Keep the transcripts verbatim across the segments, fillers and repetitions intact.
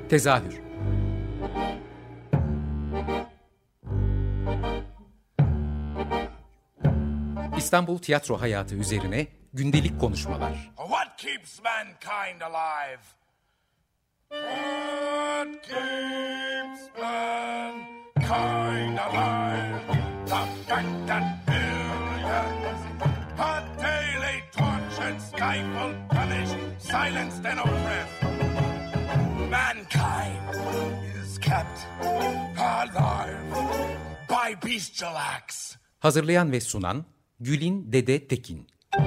Tezahür. İstanbul tiyatro hayatı üzerine gündelik konuşmalar. What keeps mankind alive? What keeps mankind alive? The fact that billions are daily tortured, stifled, punished, silenced and oppressed. Mankind is kept alive by bestial acts. Hazırlayan ve sunan Gülin Dede Tekin.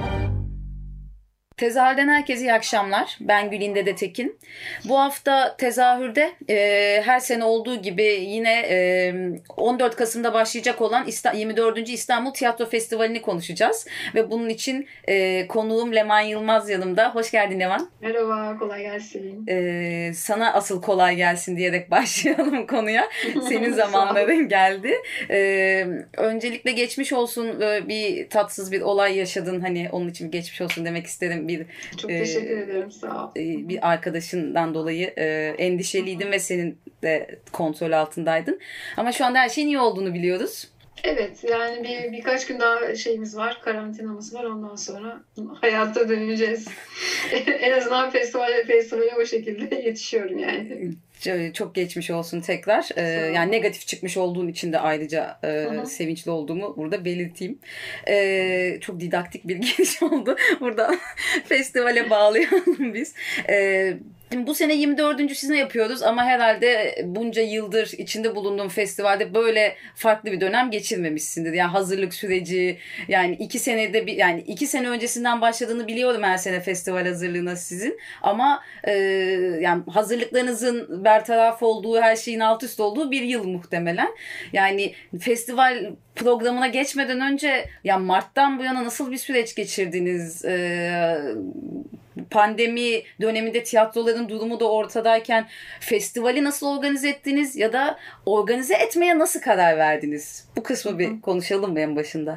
Tezahürden herkese iyi akşamlar. Ben Gülin Dede Tekin. Bu hafta tezahürde e, her sene olduğu gibi yine e, on dört Kasım'da başlayacak olan yirmi dördüncü İstanbul Tiyatro Festivali'ni konuşacağız. Ve bunun için e, konuğum Leman Yılmaz yanımda. Hoş geldin Leman. Merhaba, kolay gelsin. E, sana asıl kolay gelsin diyerek başlayalım konuya. Senin zamanların geldi. E, öncelikle geçmiş olsun, bir tatsız bir olay yaşadın. Hani onun için geçmiş olsun demek isterim. Bir, Çok teşekkür e, ederim, sağ ol. Bir arkadaşından dolayı e, endişeliydin ve senin de kontrol altındaydın. Ama şu anda her şeyin iyi olduğunu biliyoruz. Evet, yani bir birkaç gün daha şeyimiz var, karantinamız var. Ondan sonra hayata döneceğiz. En azından festivale, festivale o şekilde yetişiyorum yani. Çok geçmiş olsun tekrar. Ee, yani negatif çıkmış olduğun için de ayrıca e, sevinçli olduğumu burada belirteyim. Ee, çok didaktik bir giriş oldu. Burada festivale bağlayalım biz. Ee, bu sene yirmi dördüncüsünü yapıyoruz ama herhalde bunca yıldır içinde bulunduğum festivalde böyle farklı bir dönem geçirmemişsindir. Yani hazırlık süreci, yani iki senede bir, yani iki sene öncesinden başladığını biliyorum her sene festival hazırlığına sizin. Ama e, yani hazırlıklarınızın bertaraf olduğu, her şeyin alt üst olduğu bir yıl muhtemelen. Yani festival programına geçmeden önce ya Mart'tan bu yana nasıl bir süreç geçirdiniz? Ee, pandemi döneminde tiyatroların durumu da ortadayken festivali nasıl organize ettiniz ya da organize etmeye nasıl karar verdiniz? Bu kısmı bir konuşalım mı en başında?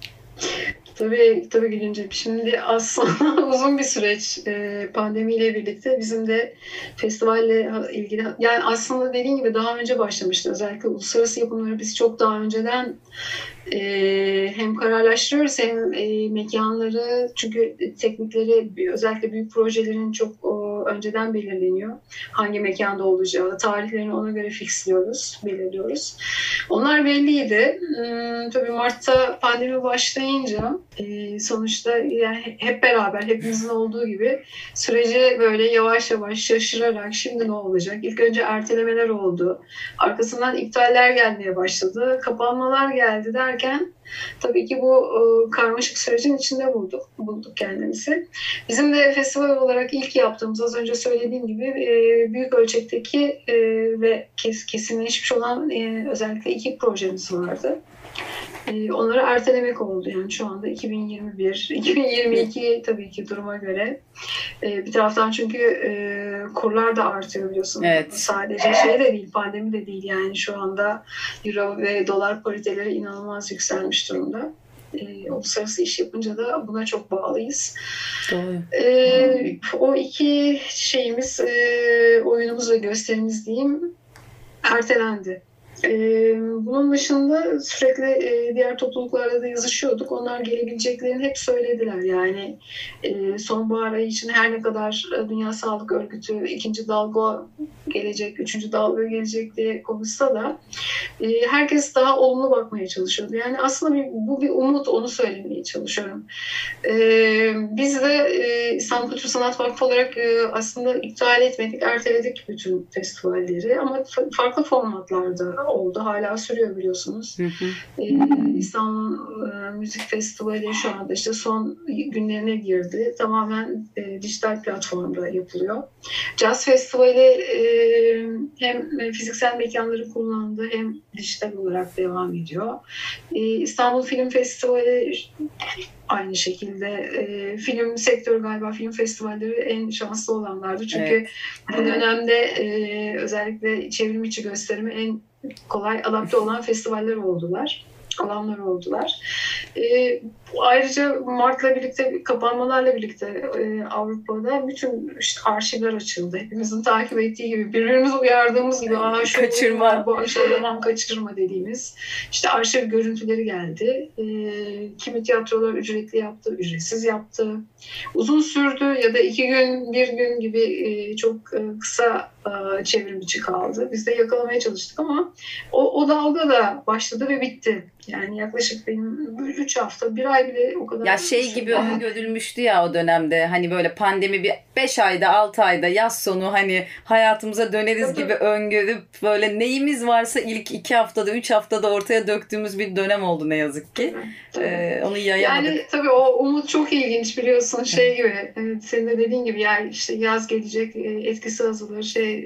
Tabii, tabii Gülüncüm. Şimdi aslında uzun bir süreç pandemiyle birlikte bizim de festivalle ilgili, yani aslında dediğin gibi daha önce başlamıştı. Özellikle uluslararası yapımları biz çok daha önceden hem kararlaştırıyoruz hem mekanları, çünkü teknikleri özellikle büyük projelerin çok önceden belirleniyor. Hangi mekanda olacağı, tarihlerini ona göre fixliyoruz, belirliyoruz. Onlar belliydi. Tabii Mart'ta pandemi başlayınca sonuçta yani hep beraber, hepimizin olduğu gibi süreci böyle yavaş yavaş şaşırarak şimdi ne olacak? İlk önce ertelemeler oldu. Arkasından iptaller gelmeye başladı. Kapanmalar geldi derken tabii ki bu e, karmaşık sürecin içinde bulduk, bulduk kendimizi. Bizim de festival olarak ilk yaptığımız, az önce söylediğim gibi e, büyük ölçekteki e, ve kes, kesinleşmiş olan e, özellikle iki projemiz vardı. E, onları ertelemek oldu yani şu anda iki bin yirmi bir, iki bin yirmi iki tabii ki duruma göre. E, bir taraftan çünkü e, kurlar da artıyor biliyorsunuz. Evet. Sadece şey de değil, pandemi de değil yani şu anda euro ve dolar pariteleri inanılmaz yükselmiş durumda. E, uluslararası iş yapınca da buna çok bağlıyız. Doğru. E, o iki şeyimiz, e, oyunumuz ve gösterimiz diyeyim, ertelendi. Ee, bunun dışında sürekli e, diğer topluluklarla da yazışıyorduk. Onlar gelebileceklerini hep söylediler. Yani e, sonbahar ayı için her ne kadar Dünya Sağlık Örgütü ikinci dalga gelecek, üçüncü dalga gelecek diye konuşsa da e, herkes daha olumlu bakmaya çalışıyordu. Yani aslında bir, bu bir umut, onu söylemeye çalışıyorum. E, biz de e, İstanbul Kültür Sanat Vakfı olarak e, aslında iptal etmedik, erteledik bütün festivalleri ama farklı formatlarda oldu. Hala sürüyor biliyorsunuz. Hı hı. Ee, İstanbul e, Müzik Festivali şu anda işte son günlerine girdi. Tamamen e, dijital platformda yapılıyor. Jazz Festivali e, hem fiziksel mekanları kullandı hem dijital olarak devam ediyor. E, İstanbul Film Festivali aynı şekilde. E, film sektörü galiba film festivalleri en şanslı olanlardı. Çünkü evet, bu dönemde e, özellikle çevrim içi gösterimi en kolay adapte olan festivaller oldular. Alanlar oldular. E, Ayrıca Mart'la birlikte, kapanmalarla birlikte e, Avrupa'da bütün işte arşivler açıldı. Hepimizin takip ettiği gibi, birbirimizi uyardığımız gibi Aa, şu kaçırma, bu şey zaman kaçırma dediğimiz işte arşiv görüntüleri geldi. E, kimi tiyatrolar ücretli yaptı, ücretsiz yaptı. Uzun sürdü ya da iki gün, bir gün gibi e, çok e, kısa e, çevrim içi kaldı. Biz de yakalamaya çalıştık ama o, o dalga da başladı ve bitti. Yani yaklaşık benim üç hafta, bir ay bile o kadar. Ya şey gibi öngörülmüştü ya o dönemde, hani böyle pandemi bir beş ayda altı ayda yaz sonu hani hayatımıza döneriz Tabii. gibi öngörüp böyle neyimiz varsa ilk iki haftada üç haftada ortaya döktüğümüz bir dönem oldu ne yazık ki. Ee, onu yayamadık. Yani tabii o umut çok ilginç, biliyorsun şey gibi, evet, senin de dediğin gibi yani işte yaz gelecek, etkisi azalır, şey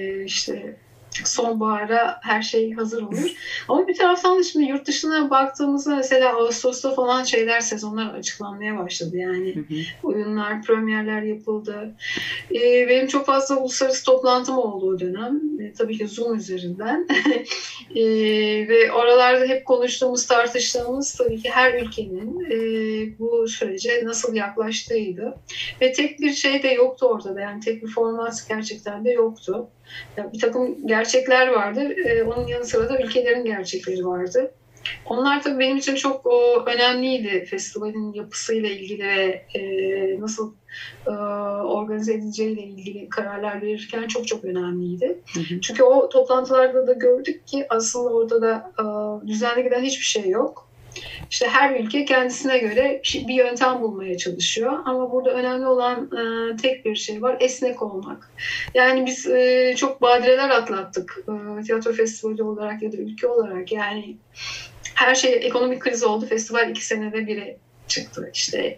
işte sonbahara her şey hazır olur. Ama bir taraftan da şimdi yurt dışına baktığımızda mesela Ağustos'ta falan şeyler, sezonlar açıklanmaya başladı. Yani hı hı. oyunlar, premierler yapıldı. Ee, benim çok fazla uluslararası toplantım oldu o dönem. Ee, tabii ki Zoom üzerinden. ee, ve oralarda hep konuştuğumuz, tartıştığımız tabii ki her ülkenin e, bu sürece nasıl yaklaştığıydı. Ve tek bir şey de yoktu ortada. Yani tek bir format gerçekten de yoktu. Bir takım gerçekler vardı. Ee, onun yanı sıra da ülkelerin gerçekleri vardı. Onlar tabii benim için çok o, önemliydi. Festivalin yapısıyla ilgili ve e, nasıl e, organize edileceğiyle ilgili kararlar verirken çok çok önemliydi. Hı hı. Çünkü o toplantılarda da gördük ki aslında orada da e, düzenli giden hiçbir şey yok. İşte her ülke kendisine göre bir yöntem bulmaya çalışıyor. Ama burada önemli olan e, tek bir şey var. Esnek olmak. Yani biz e, çok badireler atlattık. E, tiyatro festivali olarak ya da ülke olarak. Yani her şey, ekonomik kriz oldu. Festival iki senede biri çıktı. İşte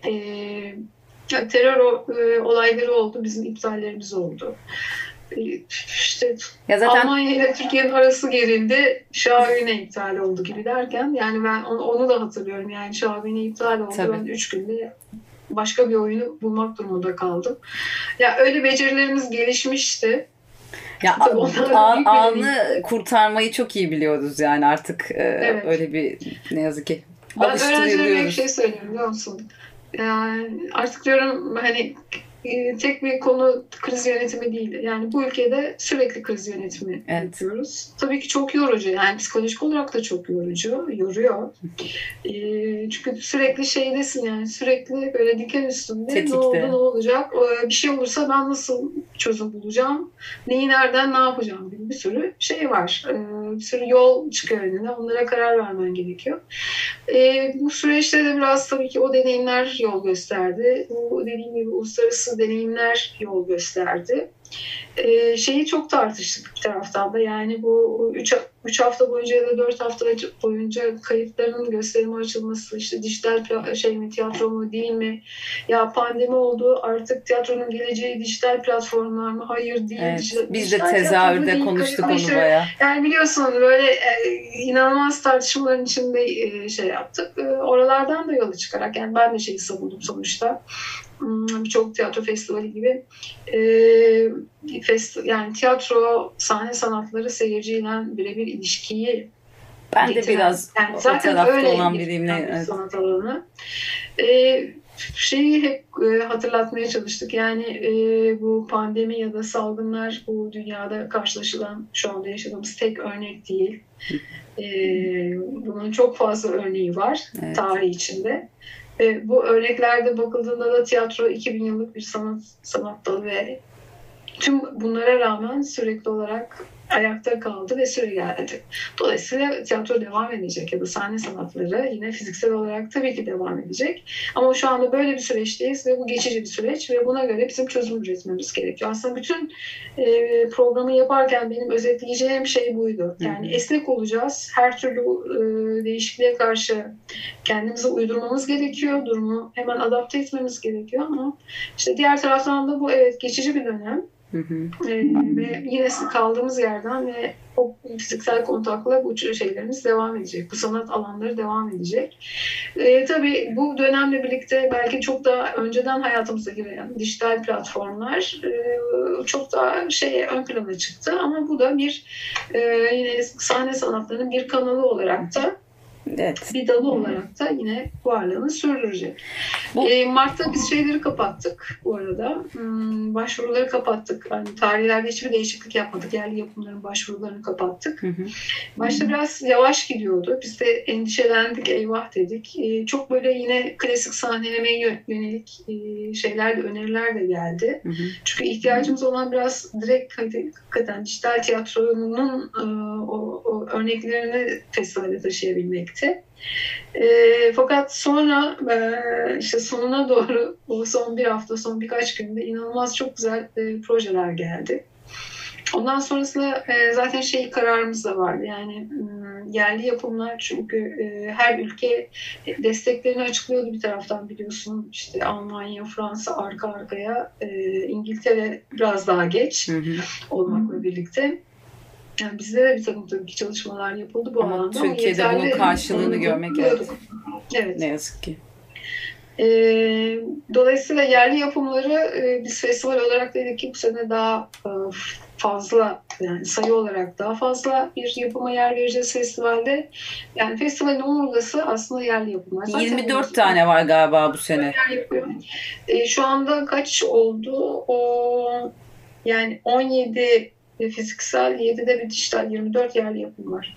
e, terör e, olayları oldu. Bizim iptallerimiz oldu. İşte ya zaten Almanya ile Türkiye'nin arası gerildi. Şahane iptal oldu gibi derken, yani ben onu, onu da hatırlıyorum. Yani Şahane iptal oldu. Tabii. Ben üç günde başka bir oyunu bulmak durumunda kaldım. Ya öyle becerilerimiz gelişmişti. Ya an, anı kurtarmayı çok iyi biliyoruz yani artık e, evet. öyle bir ne yazık ki alıştırılıyoruz. Ben öğrencilerime bir şey söylüyorum biliyor musun? Yani artık diyorum hani tek bir konu kriz yönetimi değil. Yani bu ülkede sürekli kriz yönetimi evet. yapıyoruz. Tabii ki çok yorucu. Yani psikolojik olarak da çok yorucu. Yoruyor. E, çünkü sürekli şeydesin yani. Sürekli böyle diken üstünde. Tetikte. Ne oldu, ne olacak? Bir şey olursa ben nasıl çözüm bulacağım? Neyi, nereden, ne yapacağım gibi bir sürü şey var. E, bir sürü yol çıkıyor önüne. Onlara karar vermen gerekiyor. E, bu süreçte de biraz tabii ki o deneyimler yol gösterdi. Bu dediğim gibi uluslararası deneyimler yol gösterdi. Ee, şeyi çok tartıştık bir taraftan da, yani bu üç hafta boyunca ya da dört hafta boyunca kayıtların gösterime açılması, işte dijital şey mi, tiyatro mu değil mi? Ya pandemi oldu, artık tiyatronun geleceği dijital platformlar mı? Hayır değil. Evet, dijital, biz dijital de tezahürde konuştuk onu işte, bayağı. Yani biliyorsun böyle e, inanılmaz tartışmaların içinde e, şey yaptık. E, oralardan da yola çıkarak, yani ben de şeyi savundum sonuçta. Birçok tiyatro festivali gibi e, fest, yani tiyatro, sahne sanatları seyirciyle birebir ilişkiyi ben getiren, de biraz yani zaten o tarafta olan biriyim. Evet. Sanat alanı. E, şeyi hep e, hatırlatmaya çalıştık. Yani e, bu pandemi ya da salgınlar bu dünyada karşılaşılan, şu anda yaşadığımız tek örnek değil. E, bunun çok fazla örneği var evet. tarih içinde. Ve bu örneklerde bakıldığında da tiyatro iki bin yıllık bir sanat sanat dalı ve tüm bunlara rağmen sürekli olarak ayakta kaldı ve süre geldi. Dolayısıyla tiyatro devam edecek ya da sahne sanatları yine fiziksel olarak tabii ki devam edecek. Ama şu anda böyle bir süreçteyiz ve bu geçici bir süreç ve buna göre bizim çözüm üretmemiz gerekiyor. Aslında bütün e, programı yaparken benim özetleyeceğim şey buydu. Yani hı hı. esnek olacağız. Her türlü e, değişikliğe karşı kendimizi uydurmamız gerekiyor. Durumu hemen adapte etmemiz gerekiyor ama işte diğer taraftan da bu evet geçici bir dönem. Hı hı. Ee, ve yine kaldığımız yerden ve o fiziksel kontakla bu şeylerimiz devam edecek. Bu sanat alanları devam edecek. Ee, tabii bu dönemle birlikte belki çok daha önceden hayatımıza giren dijital platformlar e, çok daha şey ön plana çıktı. Ama bu da bir e, yine sahne sanatlarının bir kanalı olarak da Evet. Bir dalı olarak da yine varlığını sürdürecek. Bu... E, Mart'ta biz şeyleri kapattık bu arada. Hmm, başvuruları kapattık. Yani tarihlerde hiçbir değişiklik yapmadık. Yerli yapımların başvurularını kapattık. Hı hı. Başta biraz yavaş gidiyordu. Biz de endişelendik, eyvah dedik. E, çok böyle yine klasik sahnelemeye yönelik e, şeyler de, öneriler de geldi. Hı hı. Çünkü ihtiyacımız olan biraz direkt hakikaten dijital tiyatronun e, o, o örneklerini festivale taşıyabilmekti. E, fakat sonra e, işte sonuna doğru o son bir hafta, son birkaç günde inanılmaz çok güzel e, projeler geldi. Ondan sonrasında e, zaten şey kararımız da vardı. Yani e, yerli yapımlar, çünkü e, her ülke desteklerini açıklıyordu bir taraftan, biliyorsun. İşte Almanya, Fransa arka arkaya, e, İngiltere biraz daha geç hı hı. olmakla birlikte. Yani bizde de bir takım tabii ki çalışmalar yapıldı bu ama alanda. Türkiye'de ama bunun karşılığını görmek evet. evet. Ne yazık ki. E, dolayısıyla yerli yapımları e, biz festival olarak dedik ki bu sene daha e, fazla, yani sayı olarak daha fazla bir yapıma yer vereceğiz festivalde. Yani festivalin omurgası aslında yerli yapımlar. Zaten yirmi dört tane var galiba bu sene. E, şu anda kaç oldu? O yani on yedi fiziksel, yedi de bir dijital, yirmi dört yerli yapım var.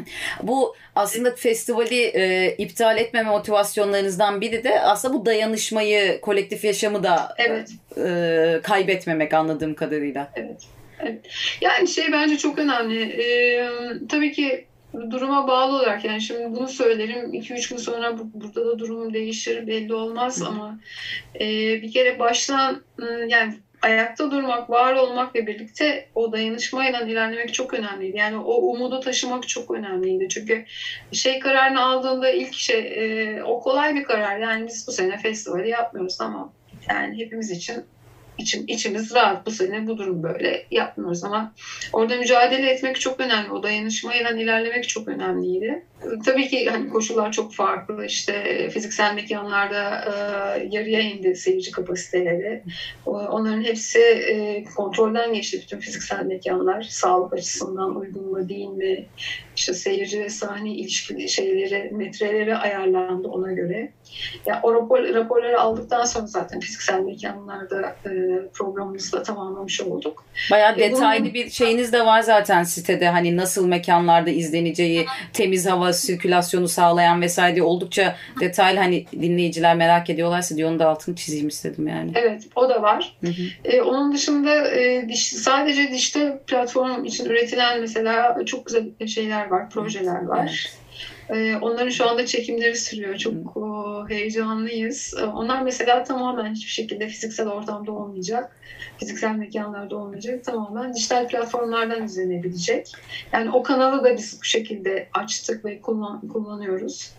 Bu aslında festivali e, iptal etmeme motivasyonlarınızdan biri de aslında bu dayanışmayı, kolektif yaşamı da evet. e, kaybetmemek anladığım kadarıyla. Evet. Evet. Yani şey bence çok önemli. Ee, tabii ki duruma bağlı olarak, yani şimdi bunu söylerim, iki üç gün sonra bu, burada da durum değişir, belli olmaz. Hı. Ama e, bir kere baştan yani ayakta durmak, var olmakla birlikte o dayanışmayla ilerlemek çok önemliydi. Yani o umudu taşımak çok önemliydi. Çünkü şey kararını aldığında ilk şey e, o kolay bir karar. Yani biz bu sene festivali yapmıyoruz ama yani hepimiz için İçim, içimiz rahat, bu sene bu durum böyle, yapmıyoruz ama orada mücadele etmek çok önemli. O dayanışmayla ilerlemek çok önemliydi. Tabii ki hani koşullar çok farklı. İşte fiziksel mekanlarda e, yarıya indi seyirci kapasiteleri. O, onların hepsi e, kontrolden geçti, bütün fiziksel mekanlar. Sağlık açısından uygun mu değil mi? İşte seyirci ve sahne ilişkili şeyleri, metreleri ayarlandı ona göre. Ya o rapor, raporları aldıktan sonra zaten fiziksel mekanlarda e, programımızı da tamamlamış olduk. Bayağı detaylı bunun... bir şeyiniz de var zaten sitede. Hani nasıl mekanlarda izleneceği, temiz hava sirkülasyonu sağlayan vesaire, oldukça detaylı, hani dinleyiciler merak ediyorlarsa diye onu da altını çizeyim istedim yani. Evet, o da var. Hı hı. E, onun dışında e, diş, sadece dijital platform için üretilen mesela çok güzel şeyler var, projeler var. Evet. Onların şu anda çekimleri sürüyor. Çok hmm. heyecanlıyız. Onlar mesela tamamen hiçbir şekilde fiziksel ortamda olmayacak. Fiziksel mekanlarda olmayacak. Tamamen dijital platformlardan izlenebilecek. Yani o kanalı da biz bu şekilde açtık ve kullan, kullanıyoruz.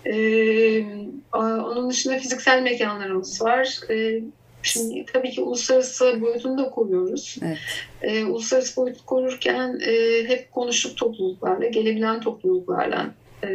Ee, onun dışında fiziksel mekanlarımız var. Ee, Şimdi tabii ki uluslararası boyutunu da koruyoruz. Evet. Ee, uluslararası boyutu korurken e, hep konuştuk topluluklarla, gelebilen topluluklarla e,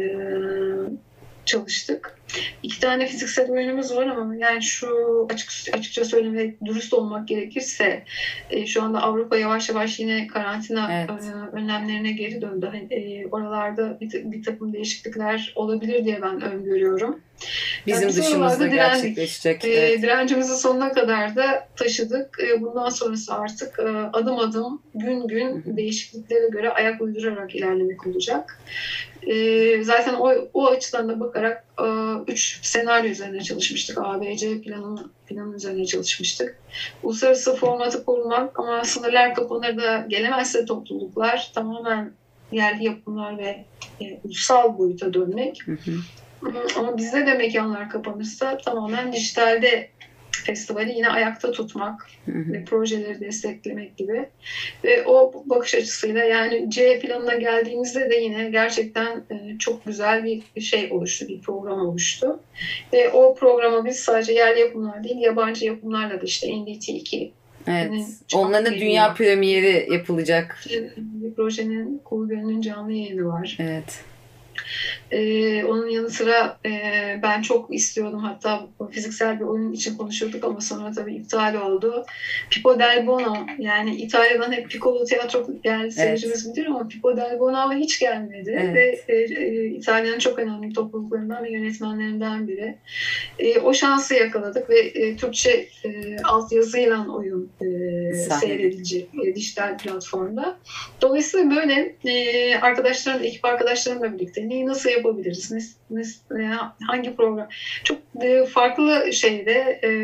çalıştık. İki tane fiziksel oyunumuz var ama yani şu açık açıkça söylemek, dürüst olmak gerekirse e, şu anda Avrupa yavaş yavaş yine karantina evet. e, önlemlerine geri döndü. Hani, e, oralarda bir, bir takım değişiklikler olabilir diye ben öngörüyorum. Bizim yani dışımızda gerçekleşecek. E, evet. Direncimizi sonuna kadar da taşıdık. E, bundan sonrası artık e, adım adım, gün gün Hı-hı. değişikliklere göre ayak uydurarak ilerlemek olacak. E, zaten o, o açıdan da bakarak e, üç senaryo üzerine çalışmıştık. A B C planı, planı üzerine çalışmıştık. Uluslararası formatı korumak ama sınırlar kapanır da gelemezse topluluklar tamamen yerli yapımlar ve e, ulusal boyuta dönmek. Hı hı. Ama bizde de mekanlar kapanırsa tamamen dijitalde festivali yine ayakta tutmak hı hı. ve projeleri desteklemek gibi. Ve o bakış açısıyla yani C planına geldiğimizde de yine gerçekten çok güzel bir şey oluştu, bir program oluştu. Ve o programa biz sadece yerli yapımlar değil, yabancı yapımlarla da işte N D T iki. Evet. Onların da dünya premieri yapılacak. Bir projenin Kuğu Gölü'nün canlı yayını var. Evet. Ee, onun yanı sıra e, ben çok istiyordum, hatta fiziksel bir oyun için konuşuyorduk ama sonra tabii iptal oldu. Pippo del Bono, yani İtalya'dan hep Piccolo Tiyatro geldi, seyircimiz bilir ama Pippo del Bono hiç gelmedi. Evet. Ve e, e, İtalya'nın çok önemli topluluklarından ve yönetmenlerinden biri. E, o şansı yakaladık ve e, Türkçe e, altyazıyla oyun e, seyredilecek e, dijital platformda. Dolayısıyla böyle e, arkadaşlarım, ekip arkadaşlarımla birlikte neyi nasıl yapabiliriz, ne, ne, hangi program, çok e, farklı şeyde e,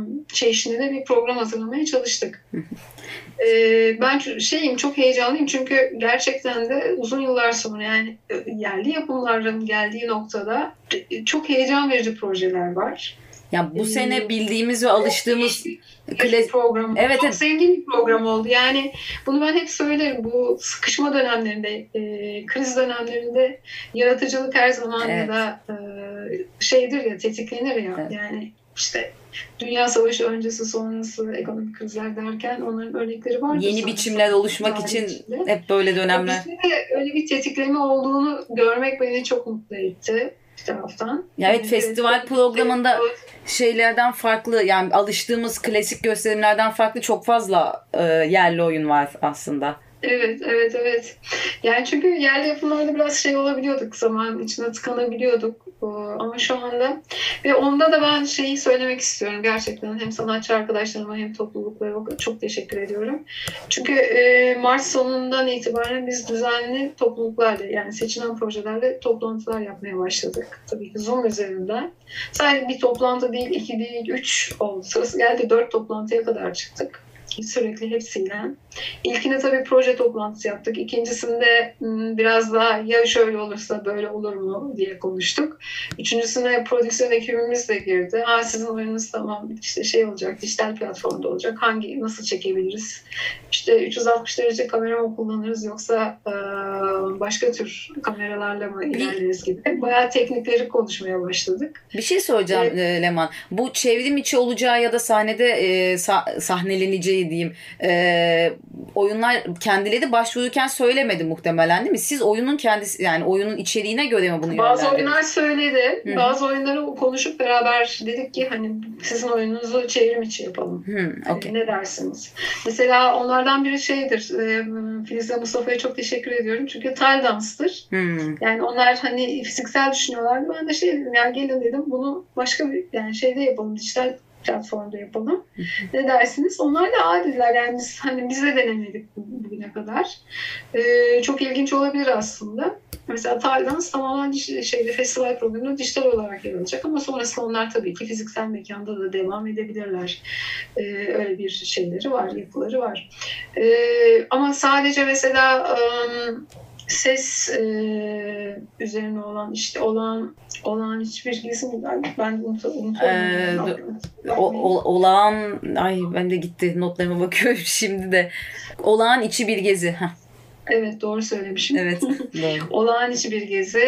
çeşitli bir program hazırlamaya çalıştık. e, ben şeyim çok heyecanlıyım çünkü gerçekten de uzun yıllar sonra, yani yerli yapımların geldiği noktada çok heyecan verici projeler var. Ya bu sene bildiğimiz ve alıştığımız klas program. Evet, çok evet. zengin bir program oldu. Yani bunu ben hep söylerim. Bu sıkışma dönemlerinde, e, kriz dönemlerinde yaratıcılık her zaman evet. ya da e, şeydir ya, tetiklenir ya. Evet. Yani işte Dünya Savaşı öncesi, sonrası, ekonomik krizler derken onların örnekleri var. Yeni biçimler oluşmak için içinde. Hep böyle dönemler. Bizde öyle bir tetikleme olduğunu görmek beni çok mutlu etti. Taraftan. Ya evet, festival programında şeylerden farklı, yani alıştığımız klasik gösterimlerden farklı çok fazla e, yerli oyun var aslında. Evet, evet, evet. Yani çünkü yerli yapımlarda biraz şey olabiliyorduk, zaman içine tıkanabiliyorduk. Ama şu anda ve onda da ben şeyi söylemek istiyorum gerçekten, hem sanatçı arkadaşlarıma hem topluluklara çok teşekkür ediyorum. Çünkü e, Mart sonundan itibaren biz düzenli topluluklarla, yani seçilen projelerle toplantılar yapmaya başladık. Tabii ki Zoom üzerinden. Sadece bir toplantı değil, iki değil, üç oldu. Sırası geldi dört toplantıya kadar çıktık. Sürekli hepsiyle. İlkinde tabii proje toplantısı yaptık. İkincisinde biraz daha ya şöyle olursa böyle olur mu diye konuştuk. Üçüncüsünde prodüksiyon ekibimiz de girdi. Aa, sizin oyununuz tamam, işte şey olacak, dijital platformda olacak. Hangi, nasıl çekebiliriz? İşte üç yüz altmış derece kamera mı kullanırız yoksa başka tür kameralarla mı ilerleriz gibi. Bayağı teknikleri konuşmaya başladık. Bir şey soracağım evet. Leman. Bu çevrim içi olacağı ya da sahnede e, sah- sahneleneceği diyeyim. E, oyunlar kendileri başvururken söylemedi muhtemelen, değil mi? Siz oyunun kendisi, yani oyunun içeriğine göre mi bunu yönlendirdiniz? Bazı oyunlar söyledi. Hı. Bazı oyunları konuşup beraber dedik ki hani sizin oyununuzu çevrim içi yapalım. Hı, okay. Ne dersiniz? Mesela onlardan biri şeydir. E, Filiz'le Mustafa'ya çok teşekkür ediyorum. Çünkü tile dance'tır. Hı. Yani onlar hani fiziksel düşünüyorlardı. Ben de şey dedim, ya gelin dedim, bunu başka bir yani şeyde yapalım, dijital platformda yapalım. Hı hı. Ne dersiniz? Onlar da aa dediler. Yani biz, hani biz de denemedik bugüne kadar. Ee, çok ilginç olabilir aslında. Mesela Tildance tamamen şeyde, festival programında dijital olarak yer alacak ama sonrasında onlar tabii ki fiziksel mekanda da devam edebilirler. Ee, öyle bir şeyleri var, yapıları var. Ee, ama sadece mesela um, ses e, üzerine olan işte olan olan hiçbir kesim ben unutamıyorum. Ee, o, o, olağan ay ben de gitti notlarıma bakıyorum şimdi de. Olağan içi bir gezi. Heh. Evet, doğru söylemişim. Evet, doğru. Olağan içi bir gezi.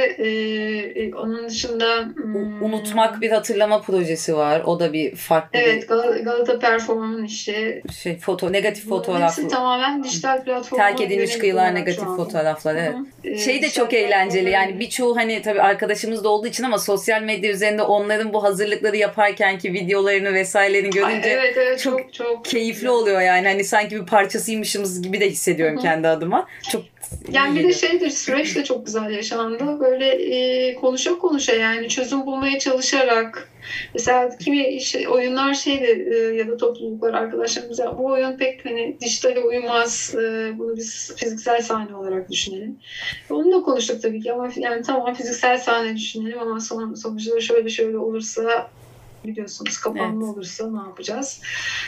Ee, onun dışında hmm, Unutmak bir hatırlama projesi var. O da bir farklı. Evet, bir... Gal- Galata Perform'un işi. Şey, foto, negatif fotoğraflar. Tamamen dijital platformda. Terk edilmiş kıyılar, negatif fotoğraflar. Evet. Ee, şey de çok eğlenceli. Yani birçoğu hani tabii arkadaşımız da olduğu için ama sosyal medya üzerinde onların bu hazırlıkları yaparkenki videolarını vesairelerini görünce Ay, evet, evet, çok, çok, çok keyifli evet. oluyor yani. Hani sanki bir parçasıymışımız gibi de hissediyorum Hı-hı. kendi adıma. Çok yani bir de şeydir, süreç de çok güzel yaşandı. Böyle e, konuşa konuşa, yani çözüm bulmaya çalışarak. Mesela kimi şey, oyunlar şeydi e, ya da topluluklar, arkadaşlarımız ya bu oyun pek hani dijitale uymaz, e, bunu biz fiziksel sahne olarak düşünelim. Onu da konuştuk tabii ki ama yani tamam fiziksel sahne düşünelim ama son, sonuçta şöyle şöyle olursa biliyorsunuz kapanma evet. olursa ne yapacağız?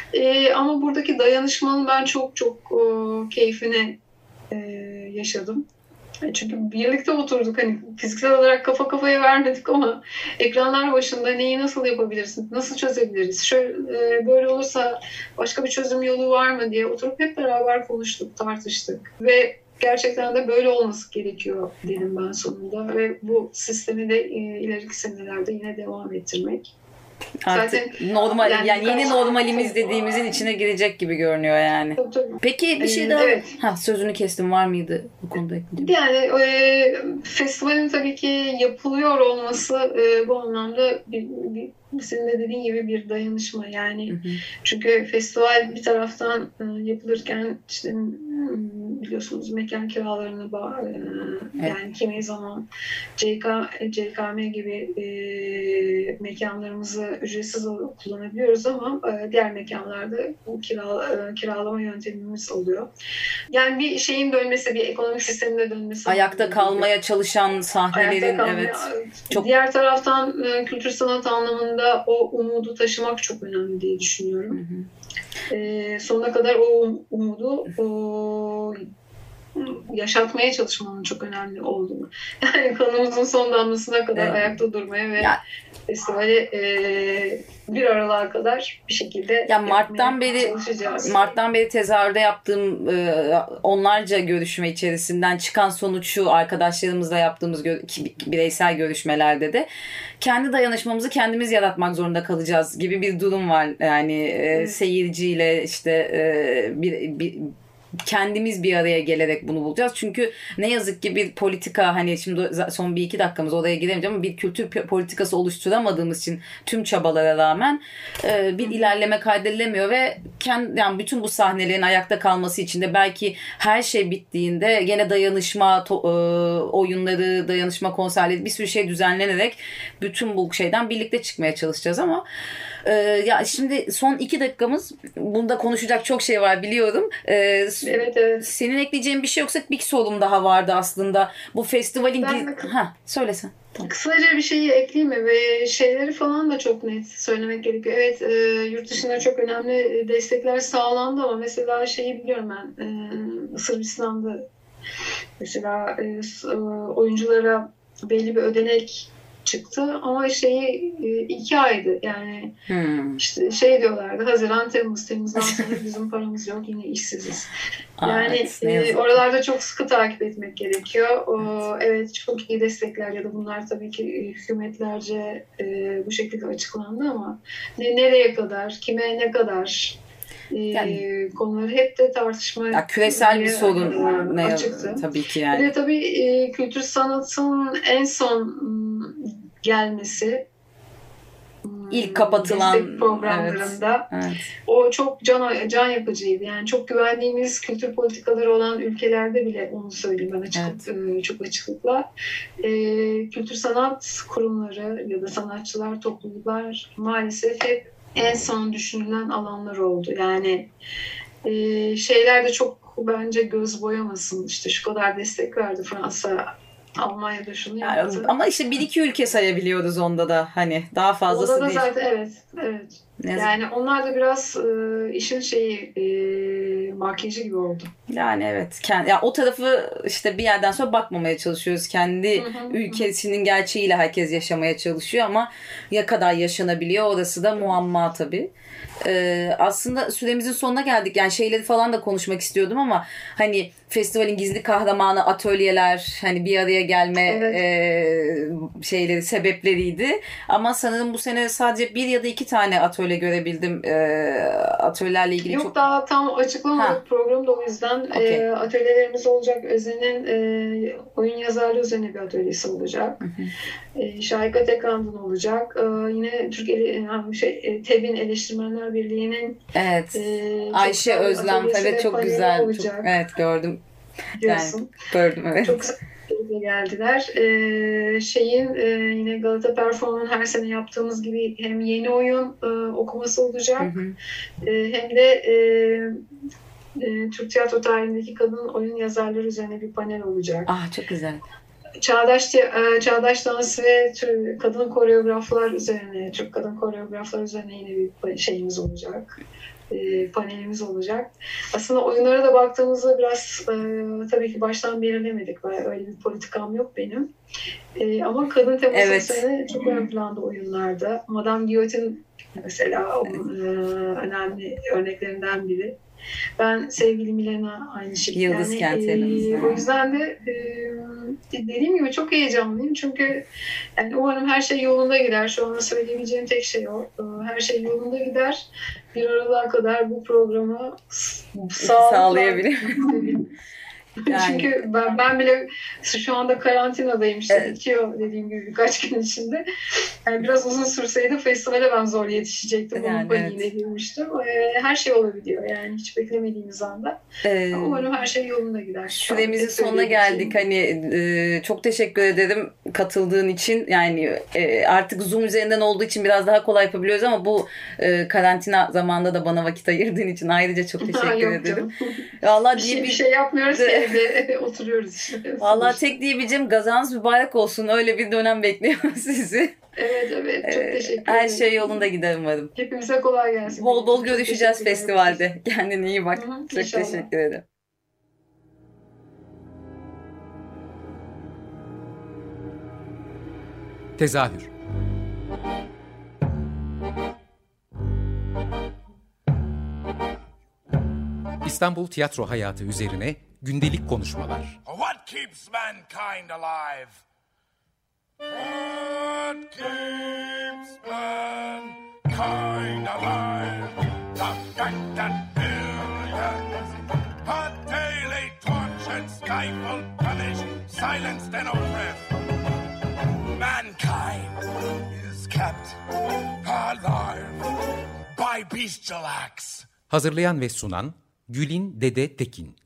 E, ama buradaki dayanışmanın ben çok çok e, keyfini e, yaşadım. Çünkü birlikte oturduk, hani fiziksel olarak kafa kafaya vermedik ama ekranlar başında neyi nasıl yapabilirsin, nasıl çözebiliriz, şöyle böyle olursa başka bir çözüm yolu var mı diye oturup hep beraber konuştuk, tartıştık ve gerçekten de böyle olması gerekiyor dedim ben sonunda ve bu sistemi de ileriki senelerde yine devam ettirmek. Artık Zaten normal yani yani, yeni birkaç- normalimiz dediğimizin içine girecek gibi görünüyor yani. Tabii, tabii. Peki bir şey Ee, daha. evet. Ha, sözünü kestim, var mıydı bu konuda ekleyeceğim? Yani e, festivalin tabii ki yapılıyor olması e, bu anlamda bir, bir, senin de dediğin gibi bir dayanışma yani. Hı hı. Çünkü festival bir taraftan e, yapılırken işte m, biliyorsunuz mekan kiralarını ba- e, Evet. yani kimi zaman C K, C K M gibi e, mekanlarımızı ücretsiz olarak kullanabiliyoruz ama e, diğer mekanlarda bu kira, e, kiralama yöntemimiz oluyor. Yani bir şeyin dönmesi, bir ekonomik sistemin de dönmesi. Ayakta kalmaya çalışan sahnelerin, Ayakta kalmaya- evet. Çok- Diğer taraftan e, kültür sanat anlamında o umudu taşımak çok önemli diye düşünüyorum. Hı hı. E, sonuna kadar o umudu o yaşatmaya çalışmanın çok önemli olduğunu. Yani kanımızın son damlasına kadar Evet. ayakta durmaya ve Ya- festivali e, bir aralığa kadar bir şekilde Ya Mart'tan yapmaya beri çalışacağız. Mart'tan beri tezahürde yaptığım e, onlarca görüşme içerisinden çıkan sonuç şu: arkadaşlarımızla yaptığımız gö- ki- bireysel görüşmelerde de kendi dayanışmamızı kendimiz yaratmak zorunda kalacağız gibi bir durum var. Yani e, Evet. seyirciyle işte e, bir, bir kendimiz bir araya gelerek bunu bulacağız. Çünkü ne yazık ki bir politika, hani şimdi son bir iki dakikamız oraya giremeyeceğim ama bir kültür politikası oluşturamadığımız için tüm çabalara rağmen e, bir ilerleme kaydedilemiyor ve kendi, yani bütün bu sahnelerin ayakta kalması için de belki her şey bittiğinde gene dayanışma to, e, oyunları, dayanışma konserleri, bir sürü şey düzenlenerek bütün bu şeyden birlikte çıkmaya çalışacağız ama e, ya şimdi son iki dakikamız, bunda konuşacak çok şey var biliyorum. E, Evet, evet. Senin ekleyeceğin bir şey yoksa bir sorum daha vardı aslında. Bu festivalin... Ben- giz- Ha, söylesen. Tamam. Kısaca bir şeyi ekleyeyim mi? Ve şeyleri falan da çok net söylemek gerekiyor. Evet, e, yurt dışında çok önemli destekler sağlandı ama mesela şeyi biliyorum ben. E, Sırbistan'da mesela e, s- e, oyunculara belli bir ödenek çıktı ama şeyi e, iki aydı. Yani Hmm. işte şey diyorlardı, Haziran, Temmuz, Temmuz'dan sonra bizim paramız yok, yine işsiziz. Aa, Yani evet, ne e, yazık. oralarda çok sıkı takip etmek gerekiyor. O, evet, çok iyi destekler ya da bunlar tabii ki e, hükümetlerce e, bu şekilde açıklandı ama ne, nereye kadar, kime ne kadar e, Yani- konuları hep de tartışma. Ya küresel bir e, sorun ne açıktı. yazık tabii ki Bir yani. de tabii e, kültür sanatın en son m, gelmesi m, İlk kapatılan- destek programlarında Evet. o çok can can yakıcıydı. Yani çok güvendiğimiz kültür politikaları olan ülkelerde bile, onu söyleyeyim ben açık, e, çok açıklıkla. E, kültür sanat kurumları ya da sanatçılar, topluluklar maalesef hep en son düşünülen alanlar oldu. Yani e, şeyler de çok bence göz boyamasın. İşte şu kadar destek verdi Fransa, Almanya'da şunu Yani, yaptı. ama işte bir iki ülke sayabiliyoruz onda da, hani daha fazlası Orada da değil. zaten evet, evet. Ne yazık- Yani onlar da biraz e, işin şeyi e, makyajı gibi oldu. Yani evet. Kendi, ya o tarafı işte bir yerden sonra bakmamaya çalışıyoruz. Kendi Hı hı, ülkesinin gerçeğiyle herkes yaşamaya çalışıyor ama ya kadar yaşanabiliyor, orası da muamma tabii. Ee, aslında süremizin sonuna geldik. Yani şeyleri falan da konuşmak istiyordum ama hani festivalin gizli kahramanı atölyeler, hani bir araya gelme Evet. e, şeyleri, sebepleriydi. Ama sanırım bu sene sadece bir ya da iki tane atölye görebildim. E, atölyelerle ilgili Yok, çok... daha tam açıklamadık Ha. programı da, o yüzden Okey. e, atölyelerimiz olacak. Özen'in e, oyun yazarlığı üzerine bir atölyesi olacak. E, Şahika Tekran'dan olacak. E, yine Türk Ele, yani şey, e, TEB'in Eleştirmenler Birliği'nin Evet. e, çok Ayşe güzel bir Özlem, atölyesi evet ve çok paneli güzel. Çok, olacak, evet gördüm. diyorsun. Gördüm evet. Çok güzel geldiler. Ee, şeyin e, yine Galata Perform'un her sene yaptığımız gibi hem yeni oyun e, okuması olacak, Hı hı. e, hem de e, e, Türk tiyatro tarihindeki kadın oyun yazarları üzerine bir panel olacak. Ah çok güzel. Çağdaş e, Çağdaş dans ve tür- kadın koreograflar üzerine, Türk kadın koreograflar üzerine yine bir şeyimiz olacak. E, panelimiz olacak. Aslında oyunlara da baktığımızda biraz e, tabii ki baştan belirlemedik. Ben, öyle bir politikam yok benim. E, ama kadın teması Evet. üzerine çok ön planda oyunlarda. Madame Guillotine mesela o, e, önemli örneklerinden biri. Ben sevgili Milena aynı şekilde. Yıldız yani, Kent e, yanımızda. O yüzden de e, dediğim gibi çok heyecanlıyım. Çünkü yani umarım her şey yolunda gider. Şu anda söyleyebileceğim tek şey o. Her şey yolunda gider. Bir Aralık'a kadar bu programı sağlayabilir. Yani. Çünkü ben, ben bile şu anda karantinadayım işte evet. Bitiyor dediğim gibi birkaç gün içinde. Yani biraz uzun sürseydi festivale ben zor yetişecektim. Yani, Onun paniğine evet. girmiştim. Her şey olabiliyor yani hiç beklemediğimiz anda. Ee, Umarım her şey yolunda gider. Süremizin sonuna geldik. Hani e, çok teşekkür ederim katıldığın için. Yani e, artık Zoom üzerinden olduğu için biraz daha kolay yapabiliyoruz ama bu e, karantina zamanında da bana vakit ayırdığın için ayrıca çok teşekkür ederim. Vallahi bir, şey, bir şey yapmıyoruz ki. Evde oturuyoruz işte. Vallahi tek diyebileceğim gazanız mübarek olsun. Öyle bir dönem bekliyor sizi. Evet evet. Çok teşekkür ederim. Her şey yolunda gider umarım. Hepimize kolay gelsin. Bol bol görüşeceğiz festivalde. Kendine iyi bak. Hı-hı, çok inşallah. Teşekkür ederim. Tezahür. İstanbul tiyatro hayatı üzerine gündelik konuşmalar. What keeps mankind alive? What keeps mankind alive? The fact that billions are daily tortured, stifled, punished, silenced and oppressed. Mankind is kept alive by bestial acts. Hazırlayan ve sunan Gülin Dede Tekin.